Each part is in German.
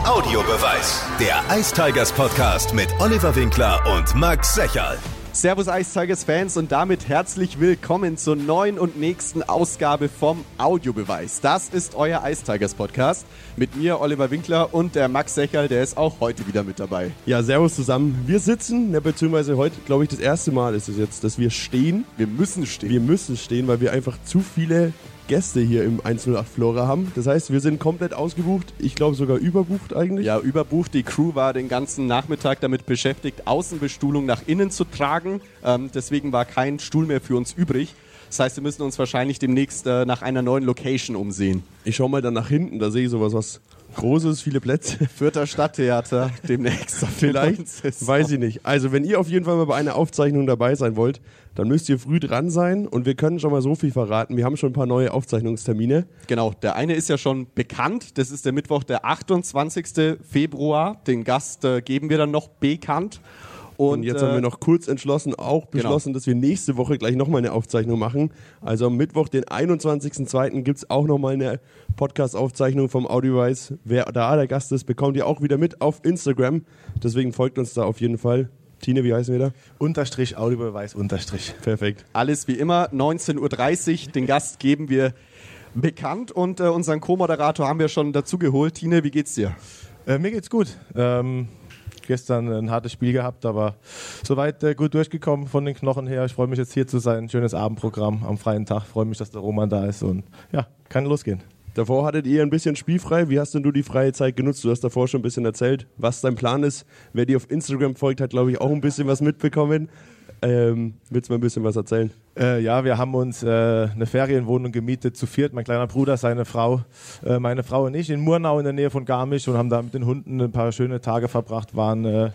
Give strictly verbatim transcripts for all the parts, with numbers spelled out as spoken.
Audiobeweis. Der Ice Tigers Podcast mit Oliver Winkler und Max Secherl. Servus Ice Tigers Fans und damit herzlich willkommen zur neuen und nächsten Ausgabe vom Audiobeweis. Das ist euer Ice Tigers Podcast mit mir, Oliver Winkler, und der Max Secherl, der ist auch heute wieder mit dabei. Ja, servus zusammen. Wir sitzen, ja, beziehungsweise heute, glaube ich, das erste Mal ist es jetzt, dass wir stehen. Wir müssen stehen. Wir müssen stehen, weil wir einfach zu viele Gäste hier im eins null acht Flora haben. Das heißt, wir sind komplett ausgebucht. Ich glaube sogar überbucht eigentlich. Ja, überbucht. Die Crew war den ganzen Nachmittag damit beschäftigt, Außenbestuhlung nach innen zu tragen. Ähm, deswegen war kein Stuhl mehr für uns übrig. Das heißt, wir müssen uns wahrscheinlich demnächst äh, nach einer neuen Location umsehen. Ich schaue mal dann nach hinten, da sehe ich sowas was Großes, viele Plätze. Fürther Stadttheater demnächst. Vielleicht, weiß ich nicht. Also wenn ihr auf jeden Fall mal bei einer Aufzeichnung dabei sein wollt, dann müsst ihr früh dran sein und wir können schon mal so viel verraten. Wir haben schon ein paar neue Aufzeichnungstermine. Genau, der eine ist ja schon bekannt. Das ist der Mittwoch, der achtundzwanzigsten Februar. Den Gast äh, geben wir dann noch bekannt. Und, und jetzt äh, haben wir noch kurz entschlossen, auch beschlossen, genau, dass wir nächste Woche gleich nochmal eine Aufzeichnung machen. Also am Mittwoch, den einundzwanzigsten zweiten gibt es auch nochmal eine Podcast-Aufzeichnung vom Audiobeweis. Wer da der Gast ist, bekommt ihr auch wieder mit auf Instagram. Deswegen folgt uns da auf jeden Fall. Tine, wie heißen wir da? Unterstrich, Audiobeweis, Unterstrich. Perfekt. Alles wie immer, neunzehn Uhr dreißig. Den Gast geben wir bekannt und äh, unseren Co-Moderator haben wir schon dazu geholt. Tine, wie geht's dir? Äh, mir geht's gut. Ähm, gestern ein hartes Spiel gehabt, aber soweit äh, gut durchgekommen von den Knochen her. Ich freue mich jetzt hier zu sein. Schönes Abendprogramm am freien Tag. Freue mich, dass der Roman da ist und ja, kann losgehen. Davor hattet ihr ein bisschen spielfrei. Wie hast denn du die freie Zeit genutzt? Du hast davor schon ein bisschen erzählt, was dein Plan ist. Wer dir auf Instagram folgt, hat, glaube ich, auch ein bisschen was mitbekommen. Ähm, willst du mal ein bisschen was erzählen? Äh, ja, wir haben uns äh, eine Ferienwohnung gemietet, zu viert. Mein kleiner Bruder, seine Frau, äh, meine Frau und ich in Murnau in der Nähe von Garmisch und haben da mit den Hunden ein paar schöne Tage verbracht, waren äh,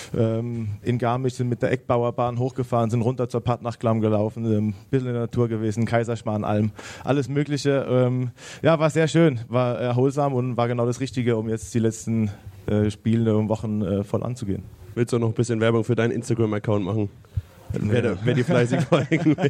ähm, in Garmisch, sind mit der Eckbauerbahn hochgefahren, sind runter zur Partnachklamm gelaufen, ein bisschen in der Natur gewesen, Kaiserschmarrnalm, alles Mögliche. Ähm, ja, war sehr schön, war erholsam und war genau das Richtige, um jetzt die letzten äh, Spiele und Wochen äh, voll anzugehen. Willst du noch ein bisschen Werbung für deinen Instagram-Account machen? Wer, ja. wer die fleißig folgen will.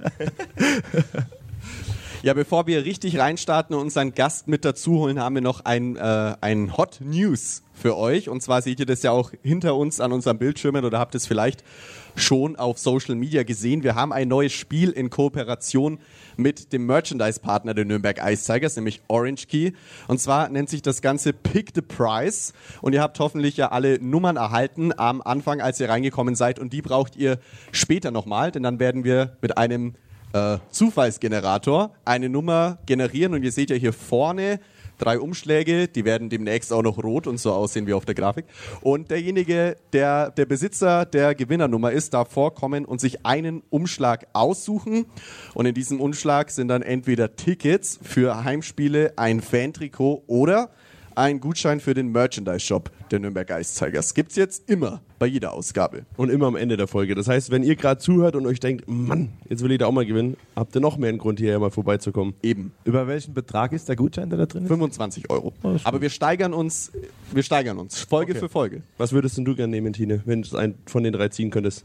Ja, bevor wir richtig reinstarten und unseren Gast mit dazu holen, haben wir noch ein, äh, ein Hot News für euch. Und zwar seht ihr das ja auch hinter uns an unseren Bildschirmen oder habt es vielleicht schon auf Social Media gesehen. Wir haben ein neues Spiel in Kooperation mit dem Merchandise-Partner der Nürnberg Ice Tigers, nämlich Orange Key. Und zwar nennt sich das Ganze Pick the Prize. Und ihr habt hoffentlich ja alle Nummern erhalten am Anfang, als ihr reingekommen seid. Und die braucht ihr später nochmal, denn dann werden wir mit einem äh, Zufallsgenerator eine Nummer generieren. Und ihr seht ja hier vorne drei Umschläge, die werden demnächst auch noch rot und so aussehen wie auf der Grafik. Und derjenige, der der Besitzer der Gewinnernummer ist, darf vorkommen und sich einen Umschlag aussuchen. Und in diesem Umschlag sind dann entweder Tickets für Heimspiele, ein Fantrikot oder ein Gutschein für den Merchandise-Shop der Nürnberg Ice Tigers. Gibt's jetzt immer bei jeder Ausgabe. Und immer am Ende der Folge. Das heißt, wenn ihr gerade zuhört und euch denkt, Mann, jetzt will ich da auch mal gewinnen, habt ihr noch mehr einen Grund, hierher mal vorbeizukommen. Eben. Über welchen Betrag ist der Gutschein, der da drin ist? fünfundzwanzig Euro. Oh, aber wir steigern uns, wir steigern uns, Folge okay. für Folge. Was würdest denn du gerne nehmen, Tine, wenn du einen von den drei ziehen könntest?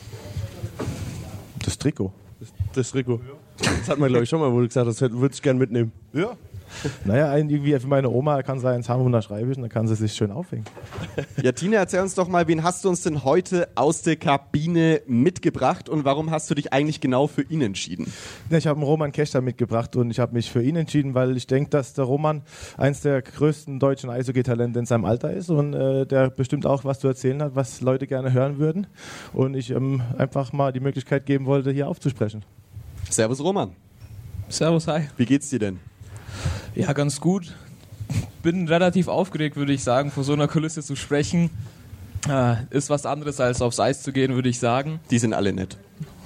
Das Trikot. Das, das Trikot. Das hat man, glaube ich, schon mal, wo du gesagt hast, das würdest du gerne mitnehmen. Ja. Naja, irgendwie für meine Oma kann sie eins haben und unterschreibe ich und dann kann sie sich schön aufhängen. Ja, Tina, erzähl uns doch mal, wen hast du uns denn heute aus der Kabine mitgebracht und warum hast du dich eigentlich genau für ihn entschieden? Ja, ich habe einen Roman Kechter mitgebracht und ich habe mich für ihn entschieden, weil ich denke, dass der Roman eins der größten deutschen Eishockey-Talente in seinem Alter ist und äh, der bestimmt auch was zu erzählen hat, was Leute gerne hören würden und ich ähm, einfach mal die Möglichkeit geben wollte, hier aufzusprechen. Servus Roman. Servus, hi. Wie geht's dir denn? Ja, ganz gut. Bin relativ aufgeregt, würde ich sagen, vor so einer Kulisse zu sprechen. Äh, ist was anderes, als aufs Eis zu gehen, würde ich sagen. Die sind alle nett.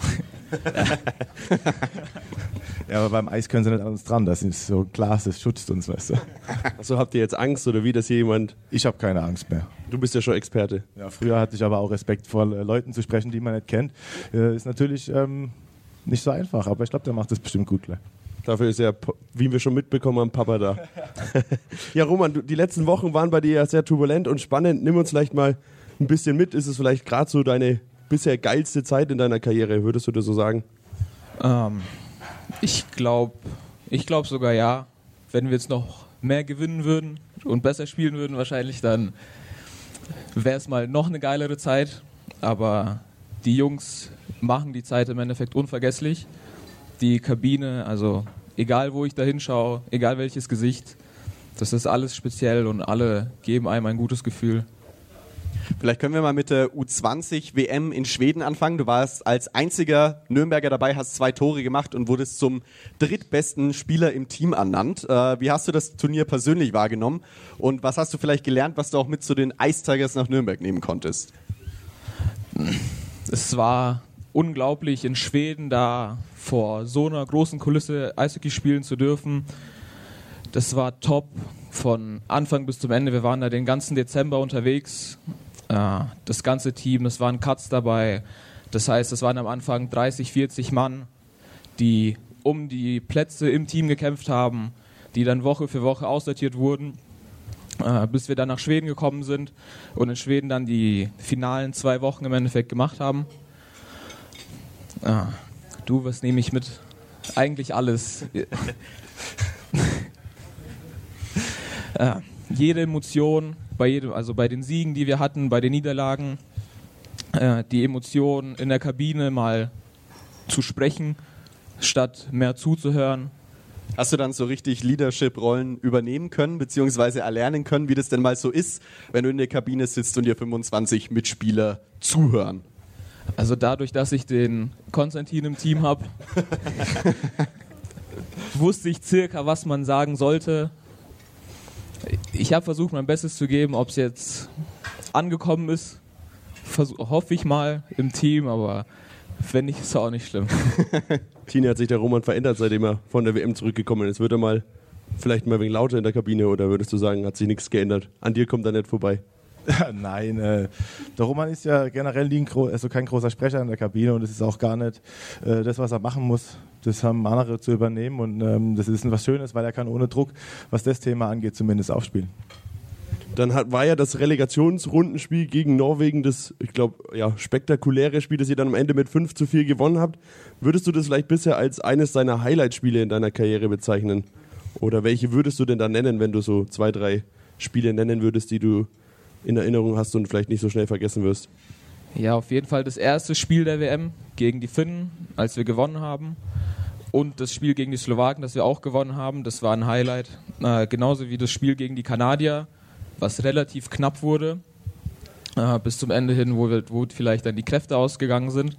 Ja, aber beim Eis können sie nicht an uns dran. Das ist so Glas, das schützt uns, weißt du. Achso, habt ihr jetzt Angst oder wie, dass hier jemand... Ich habe keine Angst mehr. Du bist ja schon Experte. Ja, früher hatte ich aber auch Respekt vor äh, Leuten zu sprechen, die man nicht kennt. Äh, ist natürlich ähm, nicht so einfach, aber ich glaube, der macht das bestimmt gut gleich. Dafür ist ja, wie wir schon mitbekommen haben, Papa da. Ja, Roman, du, die letzten Wochen waren bei dir ja sehr turbulent und spannend. Nimm uns vielleicht mal ein bisschen mit. Ist es vielleicht gerade so deine bisher geilste Zeit in deiner Karriere, würdest du das so sagen? Ähm, ich glaube ich glaub sogar ja. wenn wir jetzt noch mehr gewinnen würden und besser spielen würden wahrscheinlich, dann wäre es mal noch eine geilere Zeit. Aber die Jungs machen die Zeit im Endeffekt unvergesslich. Die Kabine, also egal wo ich da hinschaue, egal welches Gesicht, das ist alles speziell und alle geben einem ein gutes Gefühl. Vielleicht können wir mal mit der U zwanzig W M in Schweden anfangen. Du warst als einziger Nürnberger dabei, hast zwei Tore gemacht und wurdest zum drittbesten Spieler im Team ernannt. Äh, wie hast du das Turnier persönlich wahrgenommen und was hast du vielleicht gelernt, was du auch mit zu den Ice Tigers nach Nürnberg nehmen konntest? Es war unglaublich, in Schweden da vor so einer großen Kulisse Eishockey spielen zu dürfen. Das war top von Anfang bis zum Ende. Wir waren da den ganzen Dezember unterwegs. Äh, das ganze Team, es waren Cuts dabei. Das heißt, es waren am Anfang dreißig, vierzig Mann, die um die Plätze im Team gekämpft haben, die dann Woche für Woche aussortiert wurden, äh, bis wir dann nach Schweden gekommen sind und in Schweden dann die finalen zwei Wochen im Endeffekt gemacht haben. Äh, du, was nehme ich mit? Eigentlich alles. äh, jede Emotion, bei jedem, also bei den Siegen, die wir hatten, bei den Niederlagen, äh, die Emotion in der Kabine mal zu sprechen, statt mehr zuzuhören. Hast du dann so richtig Leadership-Rollen übernehmen können, beziehungsweise erlernen können, wie das denn mal so ist, wenn du in der Kabine sitzt und dir fünfundzwanzig Mitspieler zuhören? Also dadurch, dass ich den Konstantin im Team habe, wusste ich circa, was man sagen sollte. Ich habe versucht, mein Bestes zu geben, ob es jetzt angekommen ist, versuch, hoffe ich mal im Team, aber wenn nicht, ist es auch nicht schlimm. Tini, hat sich der Roman verändert, seitdem er von der W M zurückgekommen ist? Wird er mal vielleicht mal wegen lauter in der Kabine oder würdest du sagen, hat sich nichts geändert? An dir kommt er nicht vorbei. Nein, äh, der Roman ist ja generell nie ein gro- also kein großer Sprecher in der Kabine und es ist auch gar nicht äh, das, was er machen muss. Das haben andere zu übernehmen und ähm, das ist was Schönes, weil er kann ohne Druck, was das Thema angeht, zumindest aufspielen. Dann hat, war ja das Relegationsrundenspiel gegen Norwegen das, ich glaube, ja, spektakuläre Spiel, das ihr dann am Ende mit fünf zu vier gewonnen habt. Würdest du das vielleicht bisher als eines deiner Highlight-Spiele in deiner Karriere bezeichnen? Oder welche würdest du denn da nennen, wenn du so zwei, drei Spiele nennen würdest, die du in Erinnerung hast und vielleicht nicht so schnell vergessen wirst? Ja, auf jeden Fall das erste Spiel der W M gegen die Finnen, als wir gewonnen haben. Und das Spiel gegen die Slowaken, das wir auch gewonnen haben, das war ein Highlight. Äh, genauso wie das Spiel gegen die Kanadier, was relativ knapp wurde, äh, bis zum Ende hin, wo, wir, wo vielleicht dann die Kräfte ausgegangen sind.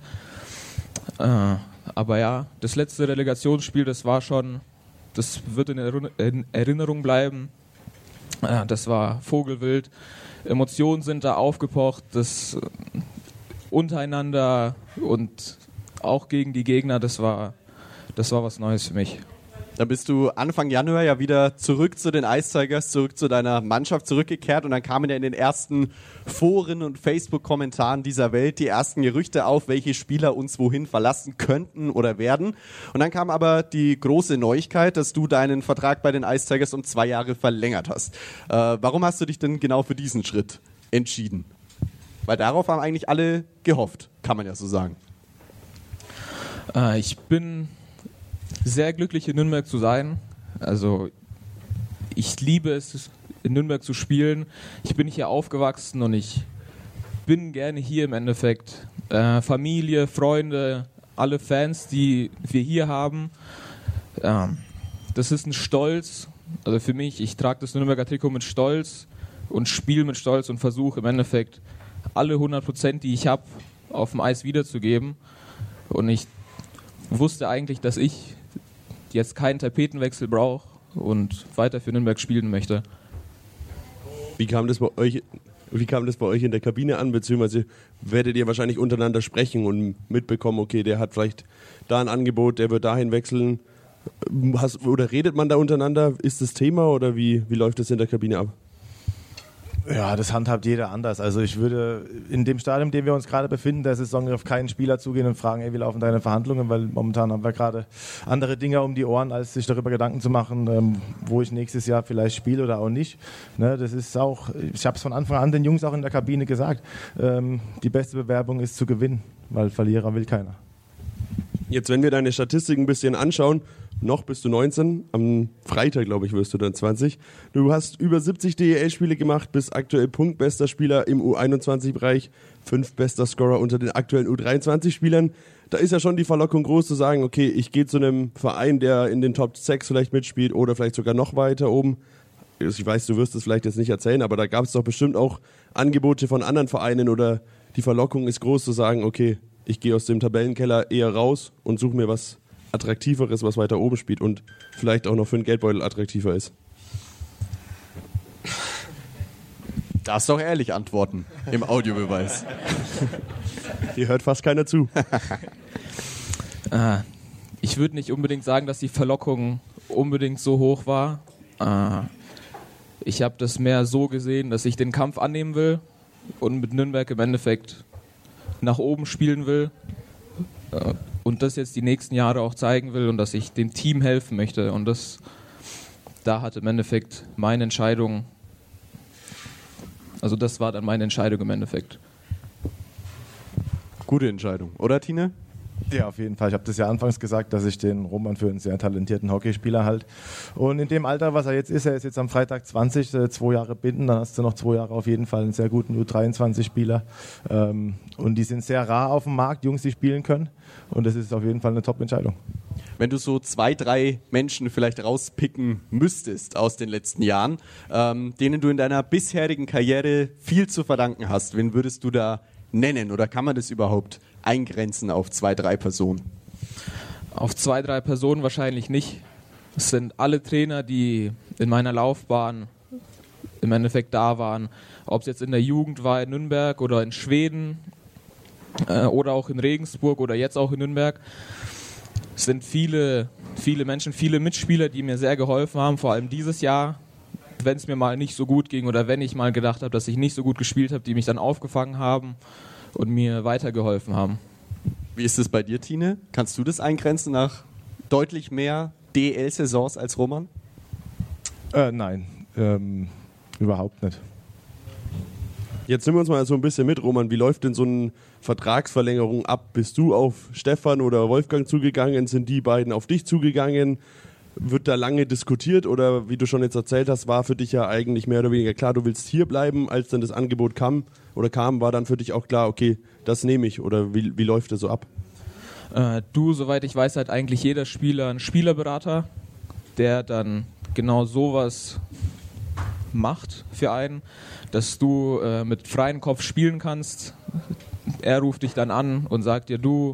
Äh, aber ja, das letzte Relegationsspiel, das war schon, das wird in, Erinner- in Erinnerung bleiben. Äh, das war vogelwild. Emotionen sind da aufgepocht, das äh, untereinander und auch gegen die Gegner, das war, das war was Neues für mich. Dann bist du Anfang Januar ja wieder zurück zu den Ice Tigers, zurück zu deiner Mannschaft zurückgekehrt und dann kamen ja in den ersten Foren und Facebook-Kommentaren dieser Welt die ersten Gerüchte auf, welche Spieler uns wohin verlassen könnten oder werden. Und dann kam aber die große Neuigkeit, dass du deinen Vertrag bei den Ice Tigers um zwei Jahre verlängert hast. Äh, warum hast du dich denn genau für diesen Schritt entschieden? Weil darauf haben eigentlich alle gehofft, kann man ja so sagen. Äh, ich bin sehr glücklich, in Nürnberg zu sein. Also ich liebe es, in Nürnberg zu spielen. Ich bin hier aufgewachsen und ich bin gerne hier im Endeffekt. Äh, Familie, Freunde, alle Fans, die wir hier haben. Ähm, das ist ein Stolz. Also für mich, ich trage das Nürnberger Trikot mit Stolz und spiele mit Stolz und versuche im Endeffekt alle hundert Prozent, die ich habe, auf dem Eis wiederzugeben. Und ich wusste eigentlich, dass ich jetzt keinen Tapetenwechsel brauche und weiter für Nürnberg spielen möchte. Wie kam das bei euch, wie kam das bei euch in der Kabine an, beziehungsweise werdet ihr wahrscheinlich untereinander sprechen und mitbekommen, okay, der hat vielleicht da ein Angebot, der wird dahin wechseln. Hast, oder redet man da untereinander? Ist das Thema oder wie, wie läuft das in der Kabine ab? Ja, das handhabt jeder anders. Also ich würde in dem Stadium, in dem wir uns gerade befinden, der Saison auf keinen Spieler zugehen und fragen, ey, wie laufen deine Verhandlungen, weil momentan haben wir gerade andere Dinge um die Ohren, als sich darüber Gedanken zu machen, ähm, wo ich nächstes Jahr vielleicht spiele oder auch nicht. Ne, das ist auch, ich habe es von Anfang an den Jungs auch in der Kabine gesagt, ähm, die beste Bewerbung ist zu gewinnen, weil Verlierer will keiner. Jetzt, wenn wir deine Statistiken ein bisschen anschauen, noch bist du neunzehn, am Freitag, glaube ich, wirst du dann zwanzig. Du hast über siebzig D E L-Spiele gemacht, bist aktuell punktbester Spieler im U einundzwanzig-Bereich, fünftbester Scorer unter den aktuellen U dreiundzwanzig-Spielern. Da ist ja schon die Verlockung groß zu sagen, okay, ich gehe zu einem Verein, der in den Top sechs vielleicht mitspielt oder vielleicht sogar noch weiter oben. Ich weiß, du wirst es vielleicht jetzt nicht erzählen, aber da gab es doch bestimmt auch Angebote von anderen Vereinen oder die Verlockung ist groß zu sagen, okay, ich gehe aus dem Tabellenkeller eher raus und suche mir was Attraktiveres, was weiter oben spielt und vielleicht auch noch für den Geldbeutel attraktiver ist. Darfst doch ehrlich antworten im Audiobeweis. Hier hört fast keiner zu. äh, ich würde nicht unbedingt sagen, dass die Verlockung unbedingt so hoch war. Äh, ich habe das mehr so gesehen, dass ich den Kampf annehmen will und mit Nürnberg im Endeffekt nach oben spielen will äh, und das jetzt die nächsten Jahre auch zeigen will und dass ich dem Team helfen möchte. Und das, da hat im Endeffekt meine Entscheidung, also das war dann meine Entscheidung im Endeffekt. Gute Entscheidung, oder Tine? Ja, auf jeden Fall. Ich habe das ja anfangs gesagt, dass ich den Roman für einen sehr talentierten Hockeyspieler halte. Und in dem Alter, was er jetzt ist, er ist jetzt am Freitag zwanzig, äh, zwei Jahre binden, dann hast du noch zwei Jahre auf jeden Fall einen sehr guten U dreiundzwanzig-Spieler. Ähm, und die sind sehr rar auf dem Markt, Jungs, die spielen können. Und das ist auf jeden Fall eine Top-Entscheidung. Wenn du so zwei, drei Menschen vielleicht rauspicken müsstest aus den letzten Jahren, ähm, denen du in deiner bisherigen Karriere viel zu verdanken hast, wen würdest du da nennen oder kann man das überhaupt eingrenzen auf zwei, drei Personen? Auf zwei, drei Personen wahrscheinlich nicht. Es sind alle Trainer, die in meiner Laufbahn im Endeffekt da waren. Ob es jetzt in der Jugend war in Nürnberg oder in Schweden äh, oder auch in Regensburg oder jetzt auch in Nürnberg. Es sind viele, viele Menschen, viele Mitspieler, die mir sehr geholfen haben, vor allem dieses Jahr. Wenn es mir mal nicht so gut ging oder wenn ich mal gedacht habe, dass ich nicht so gut gespielt habe, die mich dann aufgefangen haben und mir weitergeholfen haben. Wie ist es bei dir, Tine? Kannst du das eingrenzen nach deutlich mehr D E L-Saisons als Roman? Äh, nein, ähm, überhaupt nicht. Jetzt nehmen wir uns mal so ein bisschen mit, Roman. Wie läuft denn so eine Vertragsverlängerung ab? Bist du auf Stefan oder Wolfgang zugegangen? Sind die beiden auf dich zugegangen? Wird da lange diskutiert oder wie du schon jetzt erzählt hast, war für dich ja eigentlich mehr oder weniger klar, du willst hier bleiben, als dann das Angebot kam oder kam, war dann für dich auch klar, okay, das nehme ich oder wie, wie läuft das so ab? Äh, du, soweit ich weiß, hat eigentlich jeder Spieler einen Spielerberater, der dann genau sowas macht für einen, dass du äh, mit freiem Kopf spielen kannst. Er ruft dich dann an und sagt dir, du,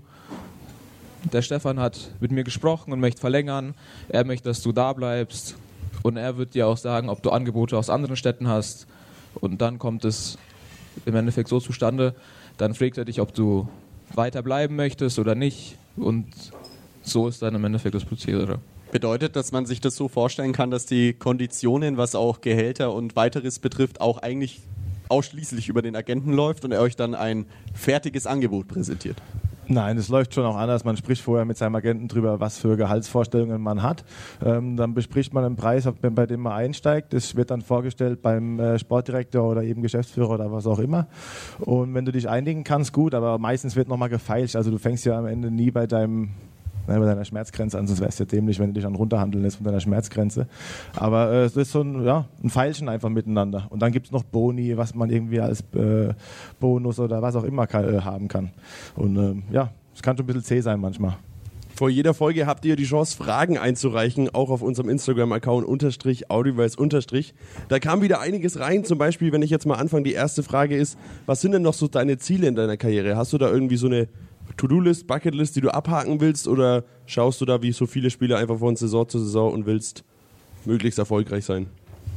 der Stefan hat mit mir gesprochen und möchte verlängern. Er möchte, dass du da bleibst. Und er wird dir auch sagen, ob du Angebote aus anderen Städten hast. Und dann kommt es im Endeffekt so zustande. Dann fragt er dich, ob du weiter bleiben möchtest oder nicht. Und so ist dann im Endeffekt das Prozedere. Bedeutet, dass man sich das so vorstellen kann, dass die Konditionen, was auch Gehälter und weiteres betrifft, auch eigentlich ausschließlich über den Agenten läuft und er euch dann ein fertiges Angebot präsentiert? Nein, es läuft schon auch anders. Man spricht vorher mit seinem Agenten drüber, was für Gehaltsvorstellungen man hat. Ähm, dann bespricht man einen Preis, bei dem man einsteigt. Das wird dann vorgestellt beim äh, Sportdirektor oder eben Geschäftsführer oder was auch immer. Und wenn du dich einigen kannst, gut, aber meistens wird nochmal gefeilscht. Also du fängst ja am Ende nie bei deinem bei deiner Schmerzgrenze an, sonst wärst du ja dämlich, wenn du dich dann runterhandeln lässt von deiner Schmerzgrenze. Aber äh, es ist so ein, ja, ein Feilschen einfach miteinander. Und dann gibt es noch Boni, was man irgendwie als äh, Bonus oder was auch immer kann, äh, haben kann. Und äh, ja, es kann schon ein bisschen zäh sein manchmal. Vor jeder Folge habt ihr die Chance, Fragen einzureichen, auch auf unserem Instagram-Account unterstrich Audiobeweis unterstrich. Da kam wieder einiges rein, zum Beispiel, wenn ich jetzt mal anfange, die erste Frage ist, was sind denn noch so deine Ziele in deiner Karriere? Hast du da irgendwie so eine To-Do-List, Bucket-List, die du abhaken willst oder schaust du da wie so viele Spieler einfach von Saison zu Saison und willst möglichst erfolgreich sein?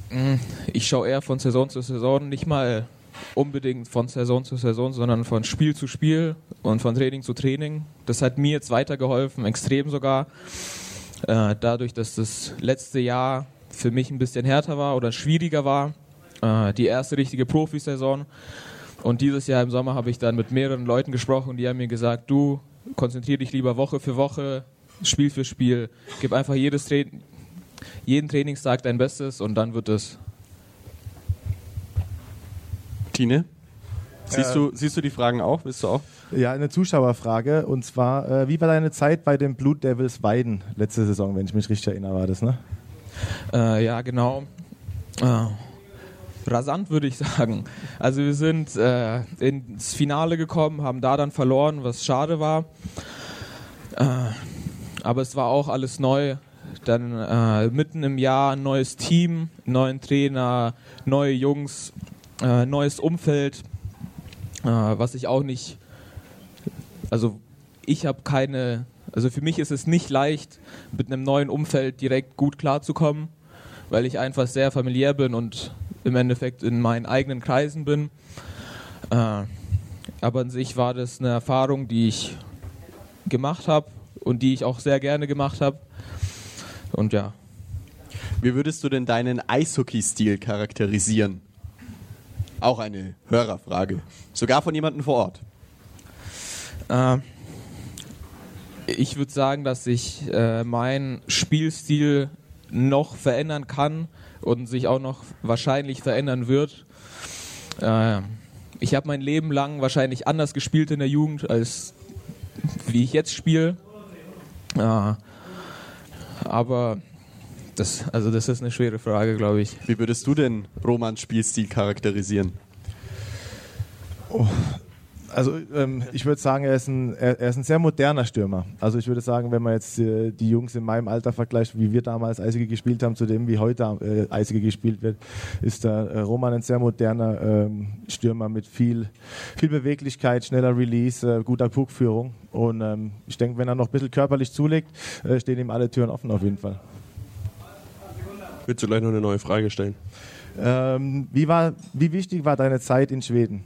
Ich schaue eher von Saison zu Saison, nicht mal unbedingt von Saison zu Saison, sondern von Spiel zu Spiel und von Training zu Training. Das hat mir jetzt weitergeholfen, extrem sogar. Äh, dadurch, dass das letzte Jahr für mich ein bisschen härter war oder schwieriger war. Äh, die erste richtige Profisaison. Und dieses Jahr im Sommer habe ich dann mit mehreren Leuten gesprochen, die haben mir gesagt, du konzentrier dich lieber Woche für Woche, Spiel für Spiel, gib einfach jedes Tra- jeden Trainingstag dein Bestes und dann wird es. Tine? Siehst, du, siehst du die Fragen auch? Willst du auch? Ja, eine Zuschauerfrage. Und zwar, äh, wie war deine Zeit bei den Blue Devils Weiden letzte Saison, wenn ich mich richtig erinnere, war das, ne? Äh, ja, genau. Äh, rasant, würde ich sagen. Also wir sind äh, ins Finale gekommen, haben da dann verloren, was schade war. Äh, aber es war auch alles neu. Dann äh, mitten im Jahr ein neues Team, neuen Trainer, neue Jungs, äh, neues Umfeld. Äh, was ich auch nicht, also ich habe keine, also für mich ist es nicht leicht, mit einem neuen Umfeld direkt gut klarzukommen, weil ich einfach sehr familiär bin und im Endeffekt in meinen eigenen Kreisen bin. Äh, aber an sich war das eine Erfahrung, die ich gemacht habe und die ich auch sehr gerne gemacht habe. Und ja. Wie würdest du denn deinen Eishockey-Stil charakterisieren? Auch eine Hörerfrage. Sogar von jemandem vor Ort. Äh, ich würde sagen, dass sich äh, mein Spielstil noch verändern kann und sich auch noch wahrscheinlich verändern wird. Äh, ich habe mein Leben lang wahrscheinlich anders gespielt in der Jugend, als wie ich jetzt spiele. Äh, aber das, also das ist eine schwere Frage, glaube ich. Wie würdest du denn Romans Spielstil charakterisieren? Oh, also ähm, ich würde sagen, er ist, ein, er, er ist ein sehr moderner Stürmer. Also ich würde sagen, wenn man jetzt äh, die Jungs in meinem Alter vergleicht, wie wir damals Eishockey gespielt haben, zu dem, wie heute äh, Eishockey gespielt wird, ist der äh, Roman ein sehr moderner ähm, Stürmer mit viel, viel Beweglichkeit, schneller Release, äh, guter Puckführung. Und ähm, ich denke, wenn er noch ein bisschen körperlich zulegt, äh, stehen ihm alle Türen offen auf jeden Fall. Willst du gleich noch eine neue Frage stellen? Ähm, wie, war, wie wichtig war deine Zeit in Schweden?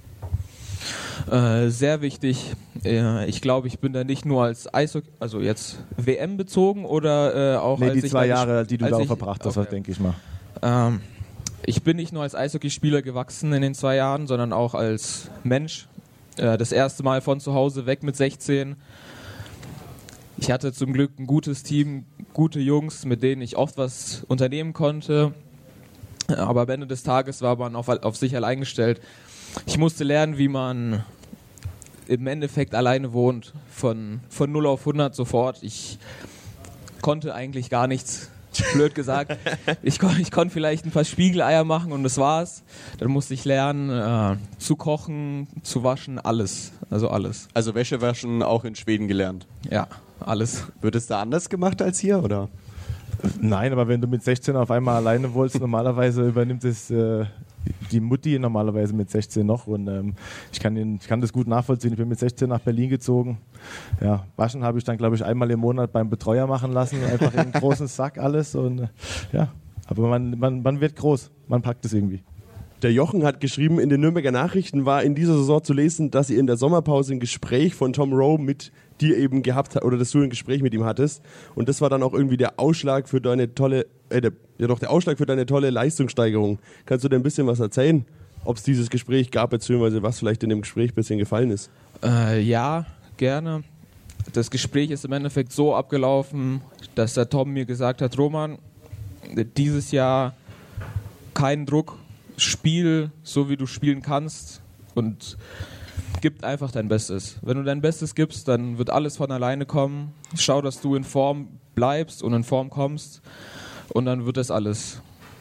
Äh, sehr wichtig. Äh, ich glaube, ich bin da nicht nur als Eishockey, also jetzt W M bezogen oder äh, auch nee, als die ich zwei da Jahre, die du da auch ich, verbracht hast, okay. denke ich mal. Ähm, ich bin nicht nur als Eishockeyspieler gewachsen in den zwei Jahren, sondern auch als Mensch. Äh, das erste Mal von zu Hause weg mit sechzehn. Ich hatte zum Glück ein gutes Team, gute Jungs, mit denen ich oft was unternehmen konnte. Aber am Ende des Tages war man auf, auf sich allein gestellt. Ich musste lernen, wie man im Endeffekt alleine wohnt. Von, von null auf hundert sofort. Ich konnte eigentlich gar nichts, blöd gesagt. Ich, kon, ich konnte vielleicht ein paar Spiegeleier machen und das war's. Dann musste ich lernen, äh, zu kochen, zu waschen, alles. Also alles. Also Wäsche waschen auch in Schweden gelernt? Ja, alles. Wird es da anders gemacht als hier, oder? Nein, aber wenn du mit sechzehn auf einmal alleine wolltest, normalerweise übernimmt es äh, die Mutti normalerweise mit sechzehn noch und ähm, ich, kann den, ich kann das gut nachvollziehen. Ich bin mit sechzehn nach Berlin gezogen. Ja, waschen habe ich dann, glaube ich, einmal im Monat beim Betreuer machen lassen, einfach in einen großen Sack alles und äh, ja, aber man, man, man wird groß, man packt es irgendwie. Der Jochen hat geschrieben, in den Nürnberger Nachrichten war in dieser Saison zu lesen, dass ihr in der Sommerpause ein Gespräch von Tom Rowe mit dir eben gehabt habt, oder dass du ein Gespräch mit ihm hattest. Und das war dann auch irgendwie der Ausschlag für deine tolle, äh, der, ja doch, der Ausschlag für deine tolle Leistungssteigerung. Kannst du dir ein bisschen was erzählen, ob es dieses Gespräch gab, beziehungsweise was vielleicht in dem Gespräch ein bisschen gefallen ist? Äh, ja, gerne. Das Gespräch ist im Endeffekt so abgelaufen, dass der Tom mir gesagt hat, Roman, dieses Jahr kein Druck, spiel so wie du spielen kannst und gib einfach dein Bestes. Wenn du dein Bestes gibst, dann wird alles von alleine kommen. Schau, dass du in Form bleibst und in Form kommst und dann wird das alles.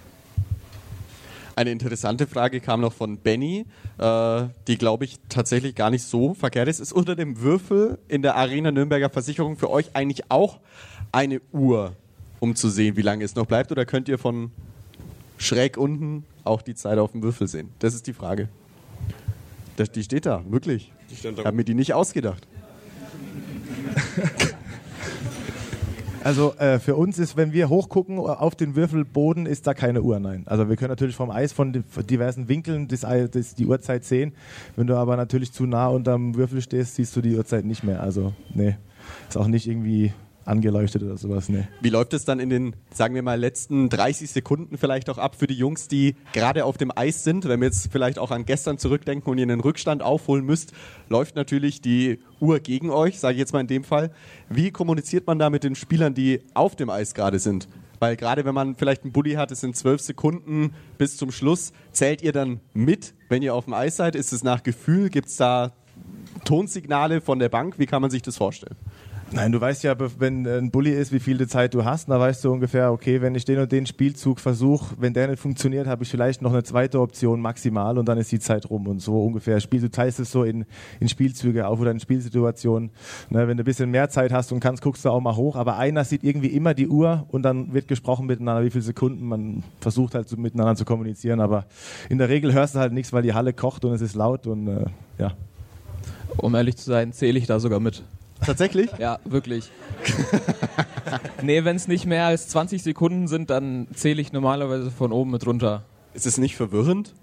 Eine interessante Frage kam noch von Benny, äh, die glaube ich tatsächlich gar nicht so verkehrt ist. Ist unter dem Würfel in der Arena Nürnberger Versicherung für euch eigentlich auch eine Uhr, um zu sehen, wie lange es noch bleibt? Oder könnt ihr von schräg unten auch die Zeit auf dem Würfel sehen? Das ist die Frage. Das, die steht da, wirklich. Ich habe mir die nicht ausgedacht. Also äh, für uns ist, wenn wir hochgucken auf den Würfelboden, ist da keine Uhr, nein. Also wir können natürlich vom Eis von diversen Winkeln das, das, die Uhrzeit sehen. Wenn du aber natürlich zu nah unterm Würfel stehst, siehst du die Uhrzeit nicht mehr. Also nee, ist auch nicht irgendwie angeleuchtet oder sowas, ne. Wie läuft es dann in den, sagen wir mal, letzten dreißig Sekunden vielleicht auch ab für die Jungs, die gerade auf dem Eis sind? Wenn wir jetzt vielleicht auch an gestern zurückdenken und ihr einen Rückstand aufholen müsst, läuft natürlich die Uhr gegen euch, sage ich jetzt mal in dem Fall. Wie kommuniziert man da mit den Spielern, die auf dem Eis gerade sind? Weil gerade wenn man vielleicht einen Bulli hat, es sind zwölf Sekunden bis zum Schluss. Zählt ihr dann mit, wenn ihr auf dem Eis seid? Ist es nach Gefühl? Gibt es da Tonsignale von der Bank? Wie kann man sich das vorstellen? Nein, du weißt ja, wenn ein Bulli ist, wie viel Zeit du hast. Da weißt du ungefähr, okay, wenn ich den und den Spielzug versuche, wenn der nicht funktioniert, habe ich vielleicht noch eine zweite Option maximal und dann ist die Zeit rum und so ungefähr. Du teilst es so in, in Spielzüge auf oder in Spielsituationen. Ne, wenn du ein bisschen mehr Zeit hast und kannst, guckst du auch mal hoch. Aber einer sieht irgendwie immer die Uhr und dann wird gesprochen miteinander, wie viele Sekunden. Man versucht halt so miteinander zu kommunizieren, aber in der Regel hörst du halt nichts, weil die Halle kocht und es ist laut und äh, ja. Um ehrlich zu sein, zähle ich da sogar mit. Tatsächlich? Ja, wirklich. Nee, wenn es nicht mehr als zwanzig Sekunden sind, dann zähle ich normalerweise von oben mit runter. Ist es nicht verwirrend?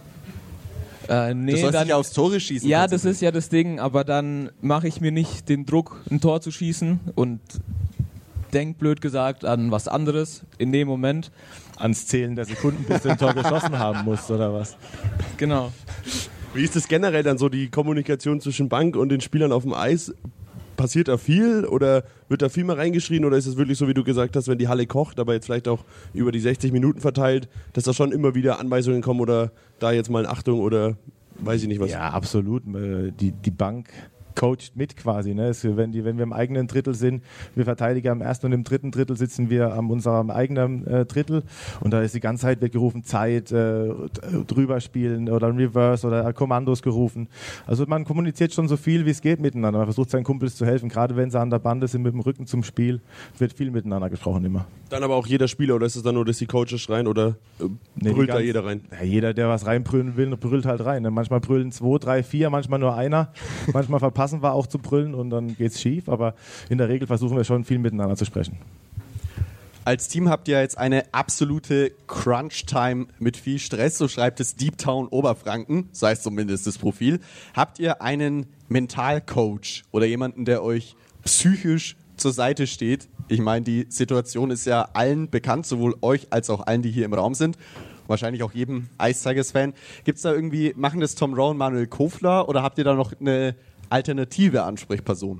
Äh, nee, du sollst dann, dich aufs Tore schießen. Ja, das ist ja das Ding, aber dann mache ich mir nicht den Druck, ein Tor zu schießen und denk blöd gesagt an was anderes in dem Moment. Ans Zählen der Sekunden, bis du ein Tor geschossen haben musst, oder was? Genau. Wie ist das generell dann so, die Kommunikation zwischen Bank und den Spielern auf dem Eis? Passiert da viel oder wird da viel mehr reingeschrien oder ist es wirklich so, wie du gesagt hast, wenn die Halle kocht, aber jetzt vielleicht auch über die sechzig Minuten verteilt, dass da schon immer wieder Anweisungen kommen oder da jetzt mal eine Achtung oder weiß ich nicht was? Ja, absolut. Die, die Bank coacht mit quasi. Ne? Es, wenn, die, wenn wir im eigenen Drittel sind, wir Verteidiger im ersten und im dritten Drittel sitzen wir an unserem eigenen äh, Drittel und da ist die ganze Zeit wird gerufen, Zeit, äh, drüber spielen oder ein Reverse oder Kommandos gerufen. Also man kommuniziert schon so viel, wie es geht miteinander. Man versucht seinen Kumpels zu helfen, gerade wenn sie an der Bande sind mit dem Rücken zum Spiel, wird viel miteinander gesprochen immer. Dann aber auch jeder Spieler oder ist es dann nur, dass die Coaches schreien oder äh, nee, brüllt ganz, da jeder rein? Ja, jeder, der was reinbrüllen will, brüllt halt rein. Ne? Manchmal brüllen zwei, drei, vier, manchmal nur einer. Manchmal verpassen wir auch zu brüllen und dann geht's schief, aber in der Regel versuchen wir schon viel miteinander zu sprechen. Als Team habt ihr jetzt eine absolute Crunch-Time mit viel Stress, so schreibt es Deep Town Oberfranken, so heißt zumindest das Profil. Habt ihr einen Mentalcoach oder jemanden, der euch psychisch zur Seite steht? Ich meine, die Situation ist ja allen bekannt, sowohl euch als auch allen, die hier im Raum sind. Wahrscheinlich auch jedem Ice Tigers-Fan. Gibt es da irgendwie, machen das Tom Rowe und Manuel Kofler oder habt ihr da noch eine alternative Ansprechperson?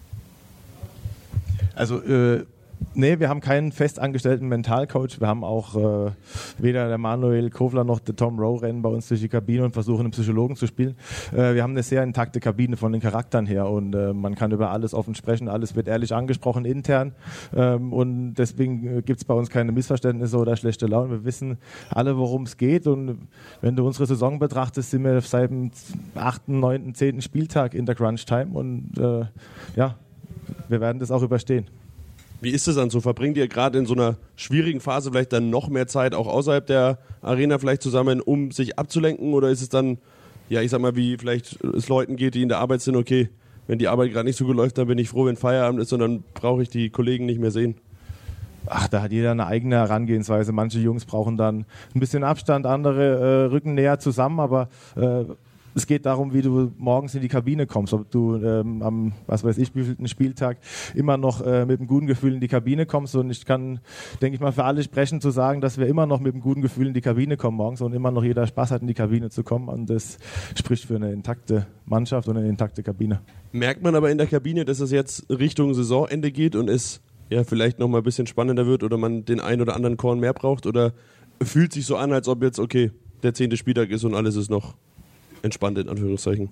Also, äh, nee, wir haben keinen festangestellten Mentalcoach. Wir haben auch äh, weder der Manuel Kofler noch der Tom Rowe rennen bei uns durch die Kabine und versuchen, einen Psychologen zu spielen. Äh, wir haben eine sehr intakte Kabine von den Charakteren her und äh, man kann über alles offen sprechen. Alles wird ehrlich angesprochen intern ähm, und deswegen gibt es bei uns keine Missverständnisse oder schlechte Laune. Wir wissen alle, worum es geht und wenn du unsere Saison betrachtest, sind wir seit dem achten, neunten, zehnten Spieltag in der Crunch-Time und äh, ja, wir werden das auch überstehen. Wie ist es dann so? Verbringt ihr gerade in so einer schwierigen Phase vielleicht dann noch mehr Zeit auch außerhalb der Arena vielleicht zusammen, um sich abzulenken? Oder ist es dann, ja, ich sag mal, wie vielleicht es Leuten geht, die in der Arbeit sind, okay, wenn die Arbeit gerade nicht so gut läuft, dann bin ich froh, wenn Feierabend ist und dann brauche ich die Kollegen nicht mehr sehen? Ach, da hat jeder eine eigene Herangehensweise. Manche Jungs brauchen dann ein bisschen Abstand, andere äh, rücken näher zusammen, aber äh, es geht darum, wie du morgens in die Kabine kommst, ob du ähm, am, was weiß ich, wievielten Spieltag immer noch äh, mit einem guten Gefühl in die Kabine kommst und ich kann, denke ich mal, für alle sprechen zu sagen, dass wir immer noch mit einem guten Gefühl in die Kabine kommen morgens und immer noch jeder Spaß hat, in die Kabine zu kommen und das spricht für eine intakte Mannschaft und eine intakte Kabine. Merkt man aber in der Kabine, dass es jetzt Richtung Saisonende geht und es ja vielleicht noch mal ein bisschen spannender wird oder man den einen oder anderen Korn mehr braucht oder fühlt sich so an, als ob jetzt, okay, der zehnte Spieltag ist und alles ist noch entspannt, in Anführungszeichen?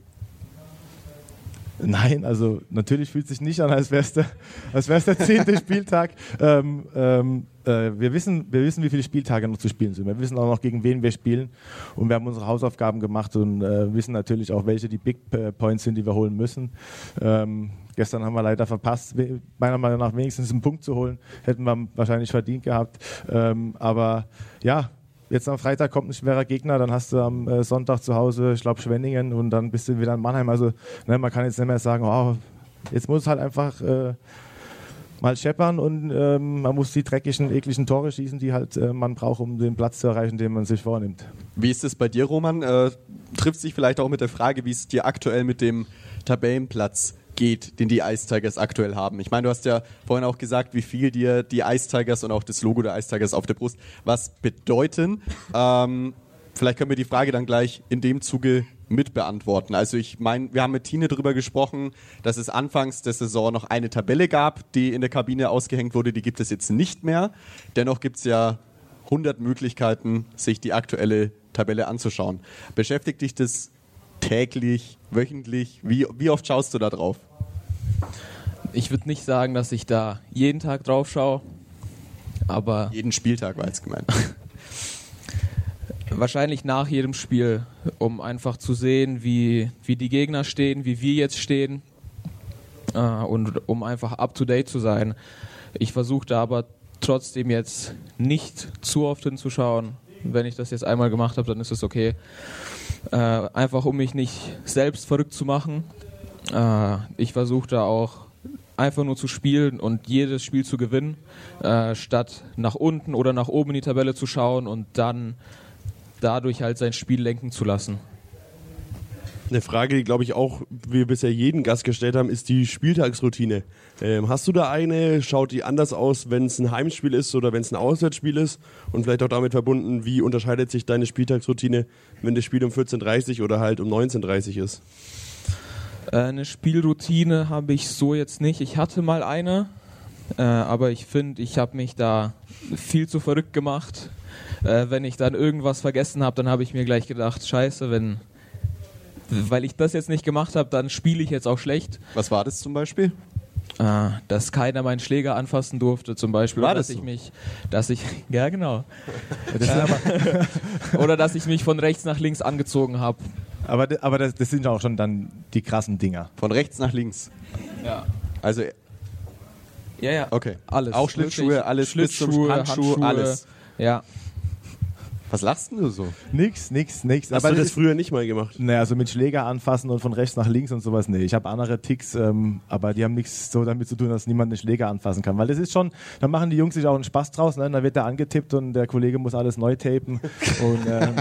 Nein, also natürlich fühlt es sich nicht an, als wäre es der, als wär's der zehnte Spieltag. Ähm, ähm, äh, wir, wissen, wir wissen, wie viele Spieltage noch zu spielen sind. Wir wissen auch noch, gegen wen wir spielen. Und wir haben unsere Hausaufgaben gemacht und äh, wissen natürlich auch, welche die Big Points sind, die wir holen müssen. Ähm, gestern haben wir leider verpasst, meiner Meinung nach wenigstens einen Punkt zu holen. Hätten wir wahrscheinlich verdient gehabt. Ähm, aber ja, jetzt am Freitag kommt ein schwerer Gegner, dann hast du am äh, Sonntag zu Hause, ich glaube, Schwenningen und dann bist du wieder in Mannheim. Also ne, man kann jetzt nicht mehr sagen, oh, jetzt muss es halt einfach äh, mal scheppern und ähm, man muss die dreckigen, ekligen Tore schießen, die halt äh, man braucht, um den Platz zu erreichen, den man sich vornimmt. Wie ist es bei dir, Roman? Äh, trifft sich vielleicht auch mit der Frage, wie es dir aktuell mit dem Tabellenplatz geht, den die Ice Tigers aktuell haben. Ich meine, du hast ja vorhin auch gesagt, wie viel dir die Ice Tigers und auch das Logo der Ice Tigers auf der Brust was bedeuten. Ähm, vielleicht können wir die Frage dann gleich in dem Zuge mit beantworten. Also ich meine, wir haben mit Tine darüber gesprochen, dass es anfangs der Saison noch eine Tabelle gab, die in der Kabine ausgehängt wurde. Die gibt es jetzt nicht mehr. Dennoch gibt es ja hundert Möglichkeiten, sich die aktuelle Tabelle anzuschauen. Beschäftigt dich das täglich, wöchentlich? Wie, wie oft schaust du da drauf? Ich würde nicht sagen, dass ich da jeden Tag drauf schaue, aber... Jeden Spieltag war jetzt gemeint. Wahrscheinlich nach jedem Spiel, um einfach zu sehen, wie, wie die Gegner stehen, wie wir jetzt stehen äh, und um einfach up-to-date zu sein. Ich versuche da aber trotzdem jetzt nicht zu oft hinzuschauen. Wenn ich das jetzt einmal gemacht habe, dann ist es okay. Äh, einfach um mich nicht selbst verrückt zu machen. Äh, ich versuche da auch einfach nur zu spielen und jedes Spiel zu gewinnen, äh, statt nach unten oder nach oben in die Tabelle zu schauen und dann dadurch halt sein Spiel lenken zu lassen. Eine Frage, die, glaube ich, auch wir bisher jeden Gast gestellt haben, ist die Spieltagsroutine. Ähm, hast du da eine? Schaut die anders aus, wenn es ein Heimspiel ist oder wenn es ein Auswärtsspiel ist? Und vielleicht auch damit verbunden, wie unterscheidet sich deine Spieltagsroutine, wenn das Spiel um vierzehn Uhr dreißig oder halt um neunzehn Uhr dreißig ist? Äh, eine Spielroutine habe ich so jetzt nicht. Ich hatte mal eine, äh, aber ich finde, ich habe mich da viel zu verrückt gemacht. Äh, wenn ich dann irgendwas vergessen habe, dann habe ich mir gleich gedacht, scheiße, wenn... weil ich das jetzt nicht gemacht habe, dann spiele ich jetzt auch schlecht. Was war das zum Beispiel? Äh, dass keiner meinen Schläger anfassen durfte zum Beispiel. War oder das dass so? ich mich, dass ich, ja genau. Das ist aber oder dass ich mich von rechts nach links angezogen habe. Aber, aber das, das sind ja auch schon dann die krassen Dinger. Von rechts nach links. Ja. Also, Ja, ja. okay. Alles. Auch Schlittschuhe, Wirklich. alles bis zum Schlittschuhe, Handschuh, Handschuhe, alles. Ja. Was lachst denn du so? Nix, nix, nix. Hast aber du das ist- früher nicht mal gemacht? Ne, also mit Schläger anfassen und von rechts nach links und sowas, nee. Ich habe andere Ticks, ähm, aber die haben nichts so damit zu tun, dass niemand den Schläger anfassen kann. Weil das ist schon, da machen die Jungs sich auch einen Spaß draus, ne? Dann wird der angetippt und der Kollege muss alles neu tapen. Und ähm,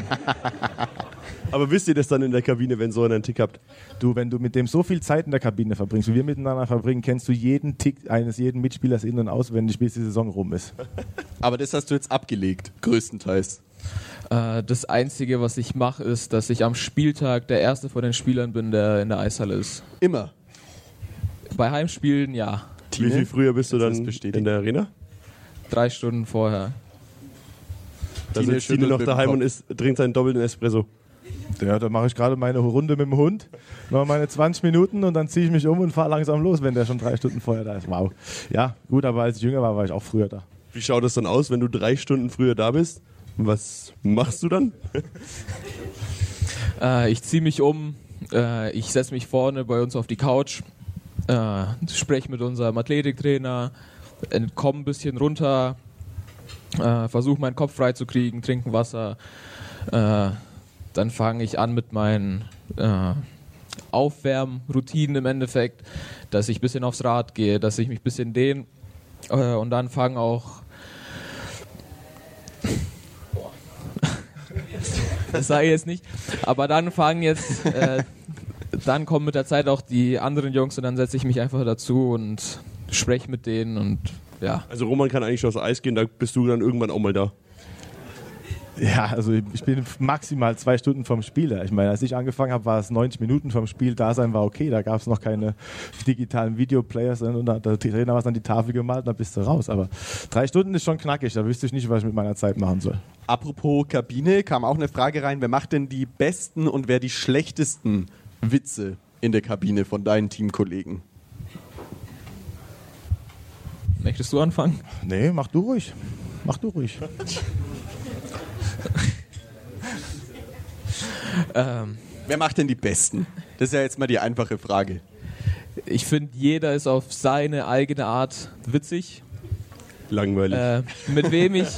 Aber wisst ihr das dann in der Kabine, wenn so einen Tick habt? du, wenn du mit dem so viel Zeit in der Kabine verbringst, wie wir miteinander verbringen, kennst du jeden Tick eines jeden Mitspielers in- und auswendig, bis die Saison rum ist. Aber das hast du jetzt abgelegt, größtenteils. Äh, das Einzige, was ich mache, ist, dass ich am Spieltag der Erste von den Spielern bin, der in der Eishalle ist. Immer. Bei Heimspielen, ja. Wie viel früher bist du Kannst du das dann bestätigen? in der Arena? Drei Stunden vorher. Da Tine sitzt Tine schüttelt noch mit dem daheim Kopf. und isst, trinkt seinen doppelten Espresso. Ja, da mache ich gerade meine Runde mit dem Hund, noch meine zwanzig Minuten und dann ziehe ich mich um und fahre langsam los, wenn der schon drei Stunden vorher da ist. Wow. Ja, gut, aber als ich jünger war, war ich auch früher da. Wie schaut es dann aus, wenn du drei Stunden früher da bist? Was machst du dann? Äh, ich ziehe mich um, äh, ich setze mich vorne bei uns auf die Couch, äh, spreche mit unserem Athletiktrainer, komme ein bisschen runter, äh, versuche meinen Kopf frei zu kriegen, trinken Wasser. Äh, dann fange ich an mit meinen äh, Aufwärmroutinen im Endeffekt, dass ich ein bisschen aufs Rad gehe, dass ich mich ein bisschen dehne äh, und dann fangen auch das sage ich jetzt nicht, aber dann fangen jetzt äh, dann kommen mit der Zeit auch die anderen Jungs und dann setze ich mich einfach dazu und spreche mit denen und ja. Also Roman kann eigentlich schon aufs Eis gehen, da bist du dann irgendwann auch mal da. Ja, also ich bin maximal zwei Stunden vom Spiel da. Ich meine, als ich angefangen habe, war es neunzig Minuten vom Spiel. Da sein war okay, da gab es noch keine digitalen Videoplayers und da hat der Trainer was an die Tafel gemalt und dann bist du raus. Aber drei Stunden ist schon knackig, da wüsste ich nicht, was ich mit meiner Zeit machen soll. Apropos Kabine, kam auch eine Frage rein. Wer macht denn die besten und wer die schlechtesten Witze in der Kabine von deinen Teamkollegen? Möchtest du anfangen? Nee, mach du ruhig. Mach du ruhig. Ähm, Wer macht denn die besten? Das ist ja jetzt mal die einfache Frage. ich finde, jeder ist auf seine eigene Art witzig. Langweilig. Äh, mit wem ich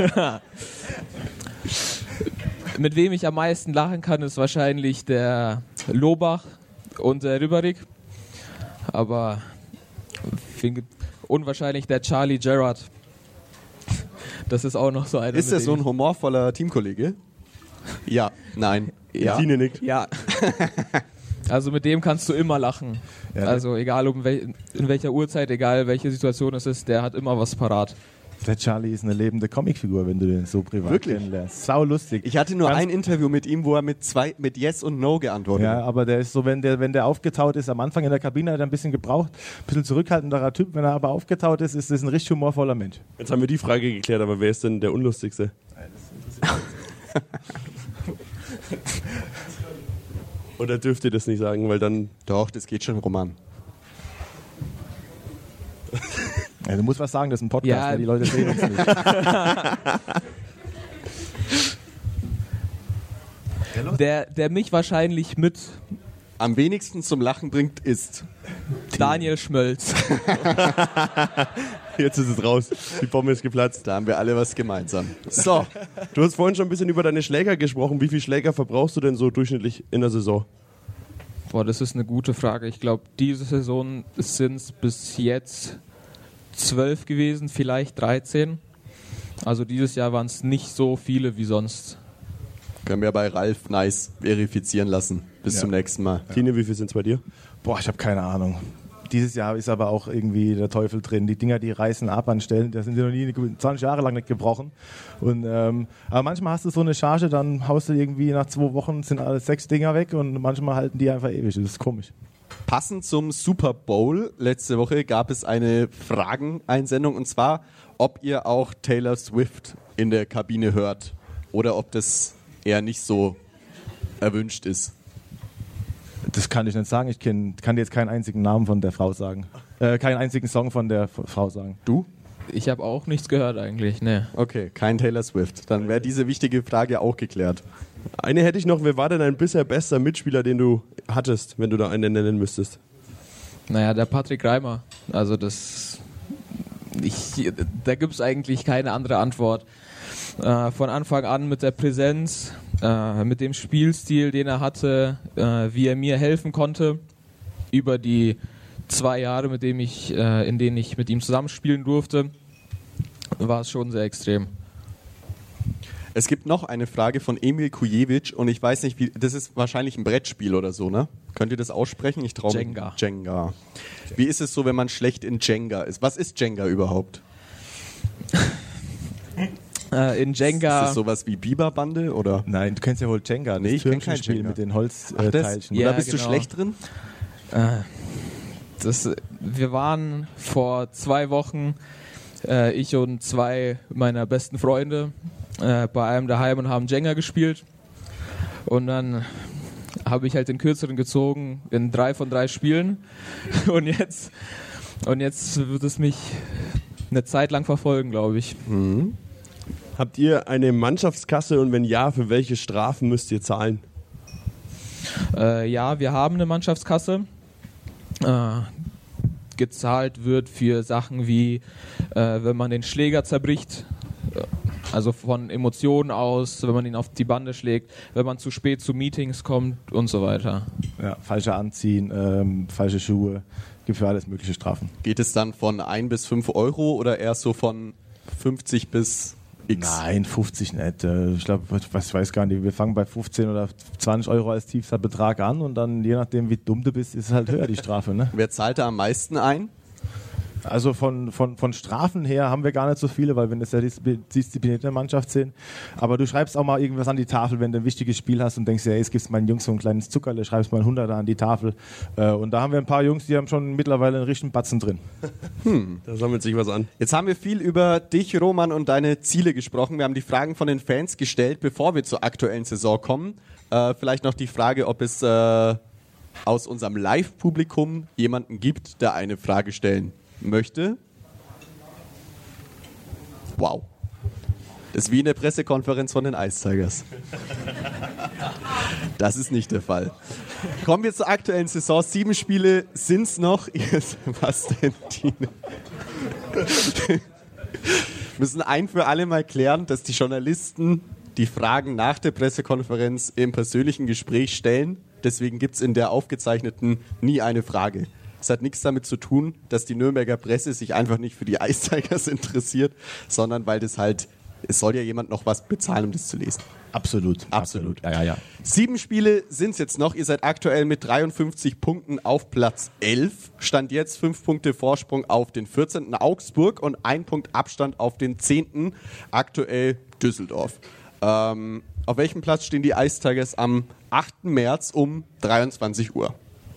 mit wem ich am meisten lachen kann, ist wahrscheinlich der Lobach und der Rüberig. Aber find- und wahrscheinlich der Charlie Gerrard. Das ist auch noch so einer. Ist mit das so dem ein humorvoller Teamkollege? Ja, nein. Ja. Tine nickt. Ja. Also mit dem kannst du immer lachen. Ja, Also egal um wel in welcher Uhrzeit, egal welche Situation es ist, der hat immer was parat. Der Charlie ist eine lebende Comicfigur, wenn du den so privat Wirklich? kennenlernst. Sau lustig. Ich hatte nur Ganz- ein Interview mit ihm, wo er mit zwei, mit Yes und No geantwortet Ja, hat. aber der ist so, wenn der, wenn der aufgetaut ist, am Anfang in der Kabine hat er ein bisschen gebraucht, ein bisschen zurückhaltenderer Typ. Wenn er aber aufgetaut ist, ist das ein richtig humorvoller Mensch. Jetzt haben wir die Frage geklärt, aber wer ist denn der Unlustigste? Oder dürft ihr das nicht sagen, weil dann... Doch, das geht schon, Roman. Ja, du musst was sagen, das ist ein Podcast, Ja. ne? Die Leute sehen uns nicht. Der, der mich wahrscheinlich mit Am wenigsten zum Lachen bringt, ist... Daniel Schmölz. Jetzt ist es raus. Die Bombe ist geplatzt. Da haben wir alle was gemeinsam. So, Du hast vorhin schon ein bisschen über deine Schläger gesprochen. Wie viele Schläger verbrauchst du denn so durchschnittlich in der Saison? Boah, das ist eine gute Frage. Ich glaube, diese Saison sind es bis jetzt zwölf gewesen, vielleicht dreizehn. Also dieses Jahr waren es nicht so viele wie sonst. können wir bei Ralf Nice verifizieren lassen. Bis Ja. zum nächsten Mal. Tine, wie viel sind es bei dir? Boah, ich habe keine Ahnung. Dieses Jahr ist aber auch irgendwie der Teufel drin. Die Dinger, die reißen ab an Stellen, da sind die noch nie zwanzig Jahre lang nicht gebrochen. Und, ähm, aber manchmal hast du so eine Charge, dann haust du irgendwie nach zwei Wochen, sind alle sechs Dinger weg und manchmal halten die einfach ewig. Das ist komisch. Passend zum Super Bowl letzte Woche gab es eine Frageneinsendung, und zwar, ob ihr auch Taylor Swift in der Kabine hört oder ob das eher nicht so erwünscht ist. Das kann ich nicht sagen. Ich kenn, kann dir jetzt keinen einzigen Namen von der Frau sagen. Äh, keinen einzigen Song von der F- Frau sagen. Du? Ich habe auch nichts gehört eigentlich, ne. Okay, kein Taylor Swift. Dann wäre diese wichtige Frage auch geklärt. Eine hätte ich noch. Wer war denn dein bisher bester Mitspieler, den du hattest, wenn du da einen nennen müsstest? Naja, der Patrick Reimer. Also das... Ich, da gibt es eigentlich keine andere Antwort. Äh, von Anfang an mit der Präsenz, äh, mit dem Spielstil, den er hatte, äh, wie er mir helfen konnte, über die zwei Jahre, mit dem ich, äh, in denen ich mit ihm zusammenspielen durfte, war es schon sehr extrem. Es gibt noch eine Frage von Emil Kujewitsch, und ich weiß nicht, wie, das ist wahrscheinlich ein Brettspiel oder so, ne? Könnt ihr das aussprechen? Ich traue mich. Jenga. Jenga. Wie ist es so, wenn man schlecht in Jenga ist? Was ist Jenga überhaupt? Äh, in Ist Jenga... das sowas wie Biberbande oder? Nein, du kennst ja wohl Jenga. Nee, ich kenn kein Spiel Jenga. mit den Ach, Holzteilchen. das? Äh, Ja, Oder bist du genau. schlecht drin? Äh, das, wir waren vor zwei Wochen, äh, ich und zwei meiner besten Freunde, äh, bei einem daheim und haben Jenga gespielt. Und dann habe ich halt den Kürzeren gezogen in drei von drei Spielen. Und jetzt, und jetzt wird es mich eine Zeit lang verfolgen, glaube ich. Habt ihr eine Mannschaftskasse, und wenn ja, für welche Strafen müsst ihr zahlen? Äh, ja, wir haben eine Mannschaftskasse. Äh, gezahlt wird für Sachen wie, äh, wenn man den Schläger zerbricht, äh, also von Emotionen aus, wenn man ihn auf die Bande schlägt, wenn man zu spät zu Meetings kommt und so weiter. Ja, falscher Anziehen, ähm, falsche Schuhe. Gibt für alles mögliche Strafen. Geht es dann von ein bis fünf Euro oder eher so von fünfzig bis X? Nein, fünfzig nicht. Äh, Ich glaube, was weiß gar nicht. Wir fangen bei fünfzehn oder zwanzig Euro als tiefster Betrag an und dann, je nachdem, wie dumm du bist, ist es halt höher, die Strafe. Ne? Wer zahlt da am meisten ein? Also von, von, von Strafen her haben wir gar nicht so viele, weil wir eine sehr disziplin- disziplinierte Mannschaft sind. Aber du schreibst auch mal irgendwas an die Tafel, wenn du ein wichtiges Spiel hast und denkst, ja, jetzt gibst meinen Jungs so ein kleines Zuckerle, schreibst mal ein Hunderter an die Tafel. Äh, Und da haben wir ein paar Jungs, die haben schon mittlerweile einen richtigen Batzen drin. Da sammelt sich was an. Jetzt haben wir viel über dich, Roman, und deine Ziele gesprochen. Wir haben die Fragen von den Fans gestellt, bevor wir zur aktuellen Saison kommen. Äh, vielleicht noch die Frage, ob es äh, aus unserem Live-Publikum jemanden gibt, der eine Frage stellen möchte. Wow. Das ist wie eine Pressekonferenz von den Ice Tigers. Das ist nicht der Fall. Kommen wir zur aktuellen Saison. Sieben Spiele sind es noch. Was denn, Tine? Wir müssen ein für alle mal klären, dass die Journalisten die Fragen nach der Pressekonferenz im persönlichen Gespräch stellen. Deswegen gibt es in der aufgezeichneten nie eine Frage. Es hat nichts damit zu tun, dass die Nürnberger Presse sich einfach nicht für die Ice Tigers interessiert, sondern weil das halt es soll ja jemand noch was bezahlen, um das zu lesen. Absolut. Absolut. Ja, ja, ja. Sieben Spiele sind es jetzt noch. Ihr seid aktuell mit dreiundfünfzig Punkten auf Platz elf. Stand jetzt fünf Punkte Vorsprung auf den vierzehnten Augsburg und ein Punkt Abstand auf den zehnten aktuell Düsseldorf. Ähm, auf welchem Platz stehen die Ice Tigers am achten März um dreiundzwanzig Uhr?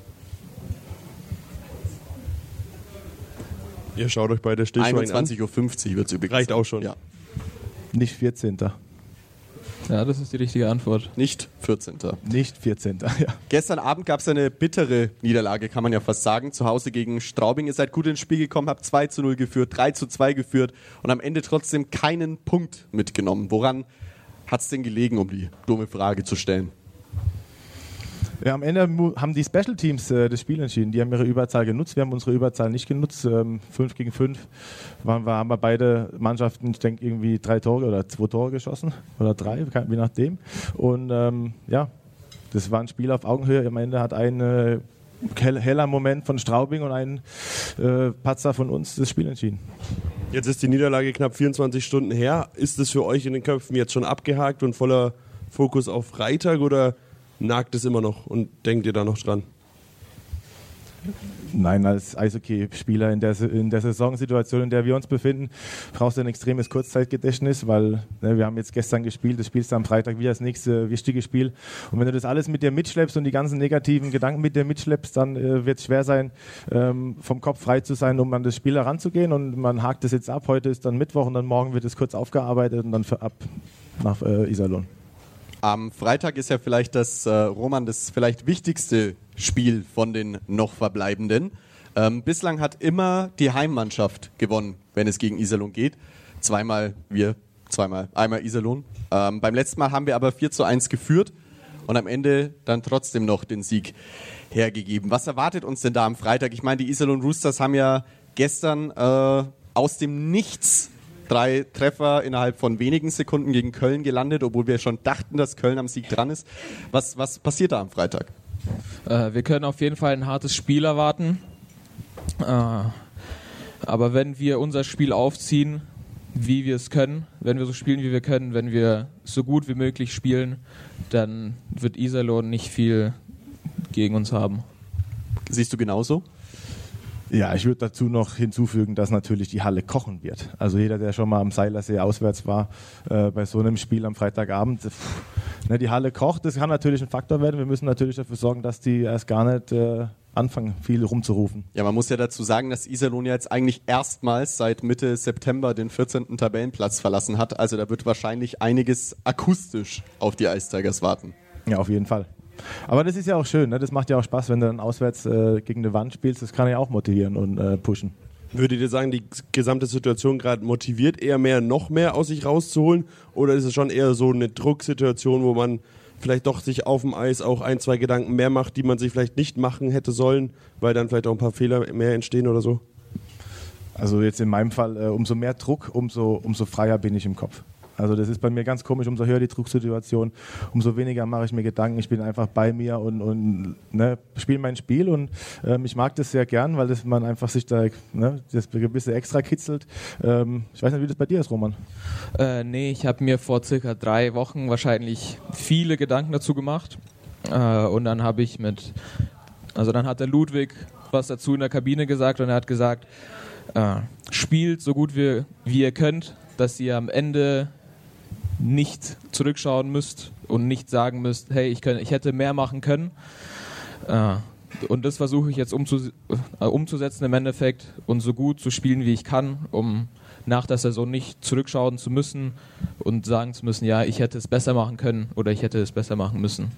Ihr schaut euch beide stillschweigend an. einundzwanzig Uhr fünfzig wird es übrigens. Reicht auch schon. Ja. Nicht vierzehnten Ja, das ist die richtige Antwort. Nicht vierzehnten Nicht vierzehnten Ja. Gestern Abend gab es eine bittere Niederlage, kann man ja fast sagen. Zu Hause gegen Straubing. Ihr seid gut ins Spiel gekommen, habt zwei zu null geführt, drei zu zwei geführt und am Ende trotzdem keinen Punkt mitgenommen. Woran hat es denn gelegen, um die dumme Frage zu stellen? Ja, am Ende haben die Special Teams äh, das Spiel entschieden. Die haben ihre Überzahl genutzt. Wir haben unsere Überzahl nicht genutzt. Ähm, fünf gegen fünf waren wir, haben wir beide Mannschaften, ich denke, irgendwie drei Tore oder zwei Tore geschossen. Oder drei, je nachdem. Und ähm, ja, das war ein Spiel auf Augenhöhe. Am Ende hat ein äh, heller Moment von Straubing und ein äh, Patzer von uns das Spiel entschieden. Jetzt ist die Niederlage knapp vierundzwanzig Stunden her. Ist es für euch in den Köpfen jetzt schon abgehakt und voller Fokus auf Freitag oder nagt es immer noch und denkt ihr da noch dran? Nein, als Eishockey-Spieler in der, in der Saisonsituation, in der wir uns befinden, brauchst du ein extremes Kurzzeitgedächtnis, weil ne, wir haben jetzt gestern gespielt, das spielst du am Freitag wieder das nächste wichtige Spiel. Und wenn du das alles mit dir mitschleppst und die ganzen negativen Gedanken mit dir mitschleppst, dann äh, wird es schwer sein, ähm, vom Kopf frei zu sein, um an das Spiel heranzugehen. Und man hakt das jetzt ab. Heute ist dann Mittwoch und dann morgen wird es kurz aufgearbeitet und dann für ab nach äh, Iserlohn. Am Freitag ist ja vielleicht das, äh, Roman, das vielleicht wichtigste Spiel von den noch Verbleibenden. Ähm, bislang hat immer die Heimmannschaft gewonnen, wenn es gegen Iserlohn geht. Zweimal wir, zweimal, einmal Iserlohn. Ähm, beim letzten Mal haben wir aber vier zu eins geführt und am Ende dann trotzdem noch den Sieg hergegeben. Was erwartet uns denn da am Freitag? Ich meine, die Iserlohn Roosters haben ja gestern äh, aus dem Nichts drei Treffer innerhalb von wenigen Sekunden gegen Köln gelandet, obwohl wir schon dachten, dass Köln am Sieg dran ist. Was, was passiert da am Freitag? Äh, wir können auf jeden Fall ein hartes Spiel erwarten. Äh, aber wenn wir unser Spiel aufziehen, wie wir es können, wenn wir so spielen, wie wir können, wenn wir so gut wie möglich spielen, dann wird Iserlohn nicht viel gegen uns haben. Siehst du genauso? Ja, ich würde dazu noch hinzufügen, dass natürlich die Halle kochen wird. Also jeder, der schon mal am Seilersee auswärts war, äh, bei so einem Spiel am Freitagabend, pff, ne, die Halle kocht, das kann natürlich ein Faktor werden. Wir müssen natürlich dafür sorgen, dass die erst gar nicht äh, anfangen, viel rumzurufen. Ja, man muss ja dazu sagen, dass Iserlohn ja jetzt eigentlich erstmals seit Mitte September den vierzehnten Tabellenplatz verlassen hat. Also da wird wahrscheinlich einiges akustisch auf die Ice Tigers warten. Ja, auf jeden Fall. Aber das ist ja auch schön, ne? Das macht ja auch Spaß, wenn du dann auswärts äh, gegen eine Wand spielst. Das kann ja auch motivieren und äh, pushen. Würdet ihr sagen, die gesamte Situation gerade motiviert eher mehr, noch mehr aus sich rauszuholen? Oder ist es schon eher so eine Drucksituation, wo man vielleicht doch sich auf dem Eis auch ein, zwei Gedanken mehr macht, die man sich vielleicht nicht machen hätte sollen, weil dann vielleicht auch ein paar Fehler mehr entstehen oder so? Also jetzt in meinem Fall, äh, umso mehr Druck, umso, umso freier bin ich im Kopf. Also das ist bei mir ganz komisch, umso höher die Drucksituation, umso weniger mache ich mir Gedanken. Ich bin einfach bei mir und, und ne, spiele mein Spiel und ähm, ich mag das sehr gern, weil das man einfach sich da ne, das gewisse Extra kitzelt. Ähm, ich weiß nicht, wie das bei dir ist, Roman. Äh, nee, ich habe mir vor circa drei Wochen wahrscheinlich viele Gedanken dazu gemacht äh, und dann habe ich mit, also dann hat der Ludwig was dazu in der Kabine gesagt und er hat gesagt, äh, spielt so gut wie, wie ihr könnt, dass ihr am Ende nicht zurückschauen müsst und nicht sagen müsst, hey, ich, könnt, ich hätte mehr machen können. Äh, und das versuche ich jetzt umzus- äh, umzusetzen im Endeffekt und so gut zu spielen, wie ich kann, um nach der Saison nicht zurückschauen zu müssen und sagen zu müssen, ja, ich hätte es besser machen können oder ich hätte es besser machen müssen.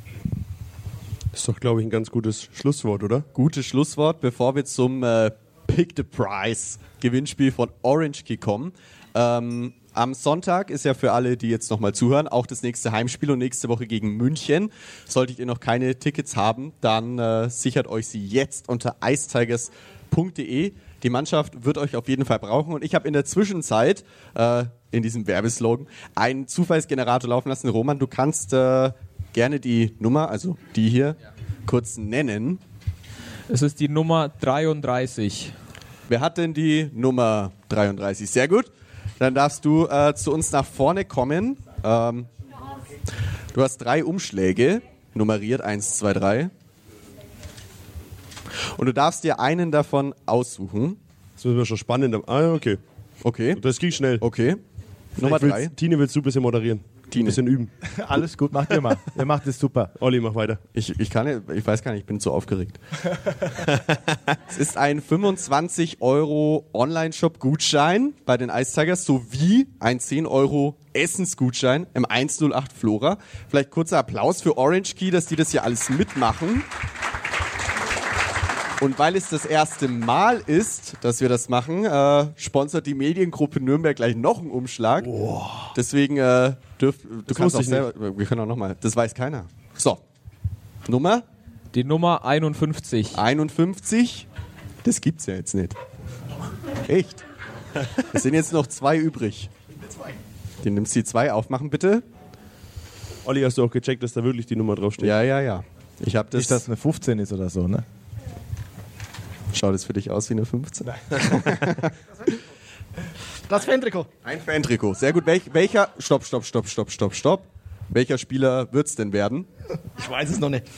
Das ist doch, glaube ich, ein ganz gutes Schlusswort, oder? Gutes Schlusswort, bevor wir zum äh, Pick the Prize Gewinnspiel von Orange Key kommen. Ähm, Am Sonntag ist ja für alle, die jetzt nochmal zuhören, auch das nächste Heimspiel und nächste Woche gegen München. Solltet ihr noch keine Tickets haben, dann äh, sichert euch sie jetzt unter icetigers punkt de. Die Mannschaft wird euch auf jeden Fall brauchen und ich habe in der Zwischenzeit, äh, in diesem Werbeslogan, einen Zufallsgenerator laufen lassen. Roman, du kannst äh, gerne die Nummer, also die hier, ja. kurz nennen. Es ist die Nummer dreiunddreißig. Wer hat denn die Nummer dreiunddreißig? Sehr gut. Dann darfst du äh, zu uns nach vorne kommen. Ähm, du hast drei Umschläge, nummeriert eins, zwei, drei. Und du darfst dir einen davon aussuchen. Das müssen wir schon spannend. Ah, okay. Okay. Das ging schnell. Okay. Nummer drei. Willst, Tine, willst du ein bisschen moderieren? Tine. Ein bisschen üben. Alles gut, macht ihr mal. Ihr macht es super. Olli, mach weiter. Ich, ich kann nicht, ich weiß gar nicht, ich bin zu aufgeregt. Es ist ein fünfundzwanzig Euro Online-Shop-Gutschein bei den Ice Tigers sowie ein zehn Euro Essensgutschein im eins null acht Flora. Vielleicht kurzer Applaus für Orange Key, dass die das hier alles mitmachen. Und weil es das erste Mal ist, dass wir das machen, äh, sponsert die Mediengruppe Nürnberg gleich noch einen Umschlag. Oh. Deswegen äh, dürft du Das kannst auch wusste ich selber, wir können auch nochmal, das weiß keiner. So, Nummer Die Nummer einundfünfzig. einundfünfzig, das gibt's ja jetzt nicht. Echt? Es sind jetzt noch zwei übrig. Den nimmst du die zwei aufmachen, bitte. Olli, hast du auch gecheckt, dass da wirklich die Nummer draufsteht? Ja, ja, ja. Ich habe das. Nicht, dass es eine fünfzehn ist oder so, ne? Schaut es für dich aus wie eine fünfzehn? Das Fantrikot. Ein Fantrikot. Sehr gut. Welch, welcher? Stopp, stopp, stopp, stopp, stopp, stopp. Welcher Spieler wird's denn werden? Ich weiß es noch nicht.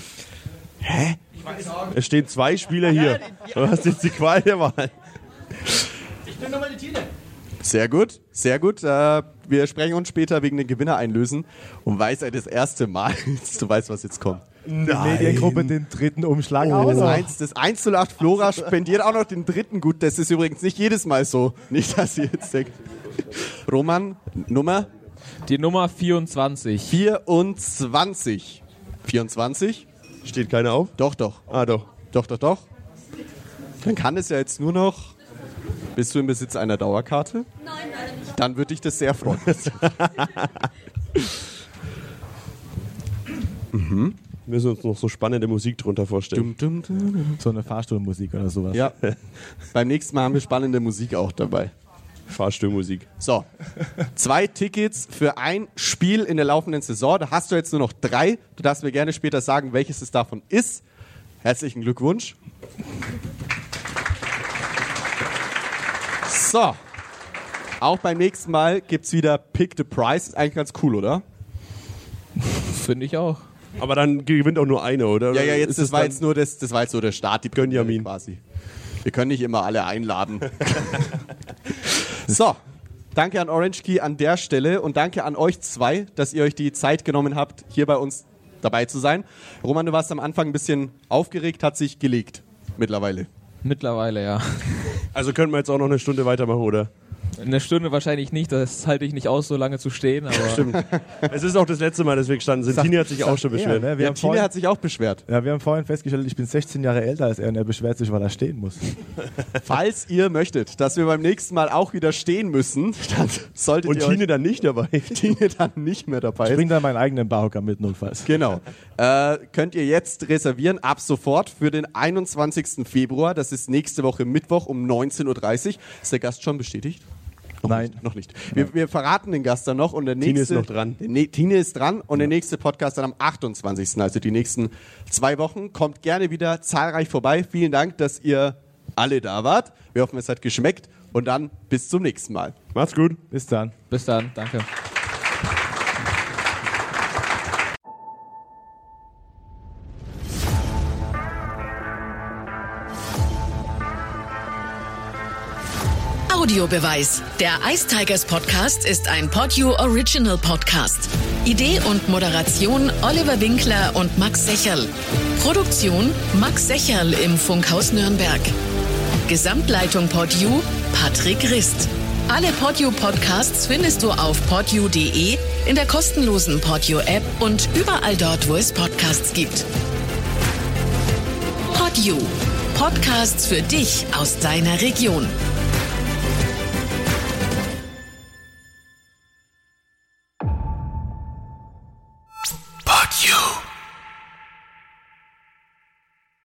Es stehen zwei Spieler hier. Du hast jetzt die Qual der Wahl. Ich bin nochmal die Tine. Sehr gut, sehr gut. Äh, wir sprechen uns später wegen den Gewinner einlösen. Und weiß er das erste Mal, du weißt, was jetzt kommt. Die Mediengruppe den dritten Umschlag Das, aus. eins, das eins null acht Flora spendiert auch noch den dritten gut. Das ist übrigens nicht jedes Mal so. Nicht, dass ihr jetzt denkt. Roman, Nummer? Die Nummer vierundzwanzig. vierundzwanzig. vierundzwanzig? Steht keiner auf? Doch, doch. Ah, doch. Doch, doch, doch. Dann kann es ja jetzt nur noch... Bist du im Besitz einer Dauerkarte? Nein, leider nicht. Dann würde ich das sehr freuen. mhm. Wir müssen uns noch so spannende Musik drunter vorstellen. Dum, dum, dum. So eine Fahrstuhlmusik oder sowas. Ja. Beim nächsten Mal haben wir spannende Musik auch dabei. Fahrstuhlmusik. So, zwei Tickets für ein Spiel in der laufenden Saison. Da hast du jetzt nur noch drei. Du darfst mir gerne später sagen, welches es davon ist. Herzlichen Glückwunsch. So, auch beim nächsten Mal gibt es wieder Pick the Prize. Ist eigentlich ganz cool, oder? Finde ich auch. Aber dann gewinnt auch nur einer, oder? Ja, ja, jetzt, Ist das, es war dann- jetzt nur das, das war jetzt so der Start. Die Gönjamin. quasi. Wir können nicht immer alle einladen. So, danke an Orange Key an der Stelle und danke an euch zwei, dass ihr euch die Zeit genommen habt, hier bei uns dabei zu sein. Roman, du warst am Anfang ein bisschen aufgeregt, hat sich gelegt mittlerweile. Mittlerweile, ja. Also können wir jetzt auch noch eine Stunde weitermachen, oder? Eine Stunde wahrscheinlich nicht, das halte ich nicht aus, so lange zu stehen. Aber Stimmt. Es ist auch das letzte Mal, dass wir gestanden sind. Sagt- Tini hat sich auch sagt schon er, beschwert. ne? Wir, Ja, haben Tine vorhin, hat sich auch beschwert. ja, wir haben vorhin festgestellt, ich bin sechzehn Jahre älter als er und er beschwert sich, weil er stehen muss. Falls ihr möchtet, dass wir beim nächsten Mal auch wieder stehen müssen, dann solltet Und ihr Tine euch dann nicht dabei. Tine dann nicht mehr dabei Ich bringe dann meinen eigenen Barhocker mit, notfalls. Genau. Äh, könnt ihr jetzt reservieren, ab sofort für den einundzwanzigsten Februar. Das ist nächste Woche Mittwoch um neunzehn Uhr dreißig. Ist der Gast schon bestätigt? Noch Nein. Nicht, noch nicht. Wir, wir verraten den Gast dann noch. Und der nächste, Tine ist noch dran. Der, ne, Tine ist dran und der nächste Podcast dann am achtundzwanzigsten Also die nächsten zwei Wochen. Kommt gerne wieder zahlreich vorbei. Vielen Dank, dass ihr alle da wart. Wir hoffen, es hat geschmeckt. Und dann bis zum nächsten Mal. Macht's gut. Bis dann. bis dann, danke. Audiobeweis. Der Ice Tigers Podcast ist ein Podyou Original Podcast. Idee und Moderation Oliver Winkler und Max Secherl. Produktion Max Secherl im Funkhaus Nürnberg. Gesamtleitung Podyou Patrick Rist. Alle Podyou Podcasts findest du auf podyou punkt de, in der kostenlosen Podyou App und überall dort, wo es Podcasts gibt. Podyou. Podcasts für dich aus deiner Region.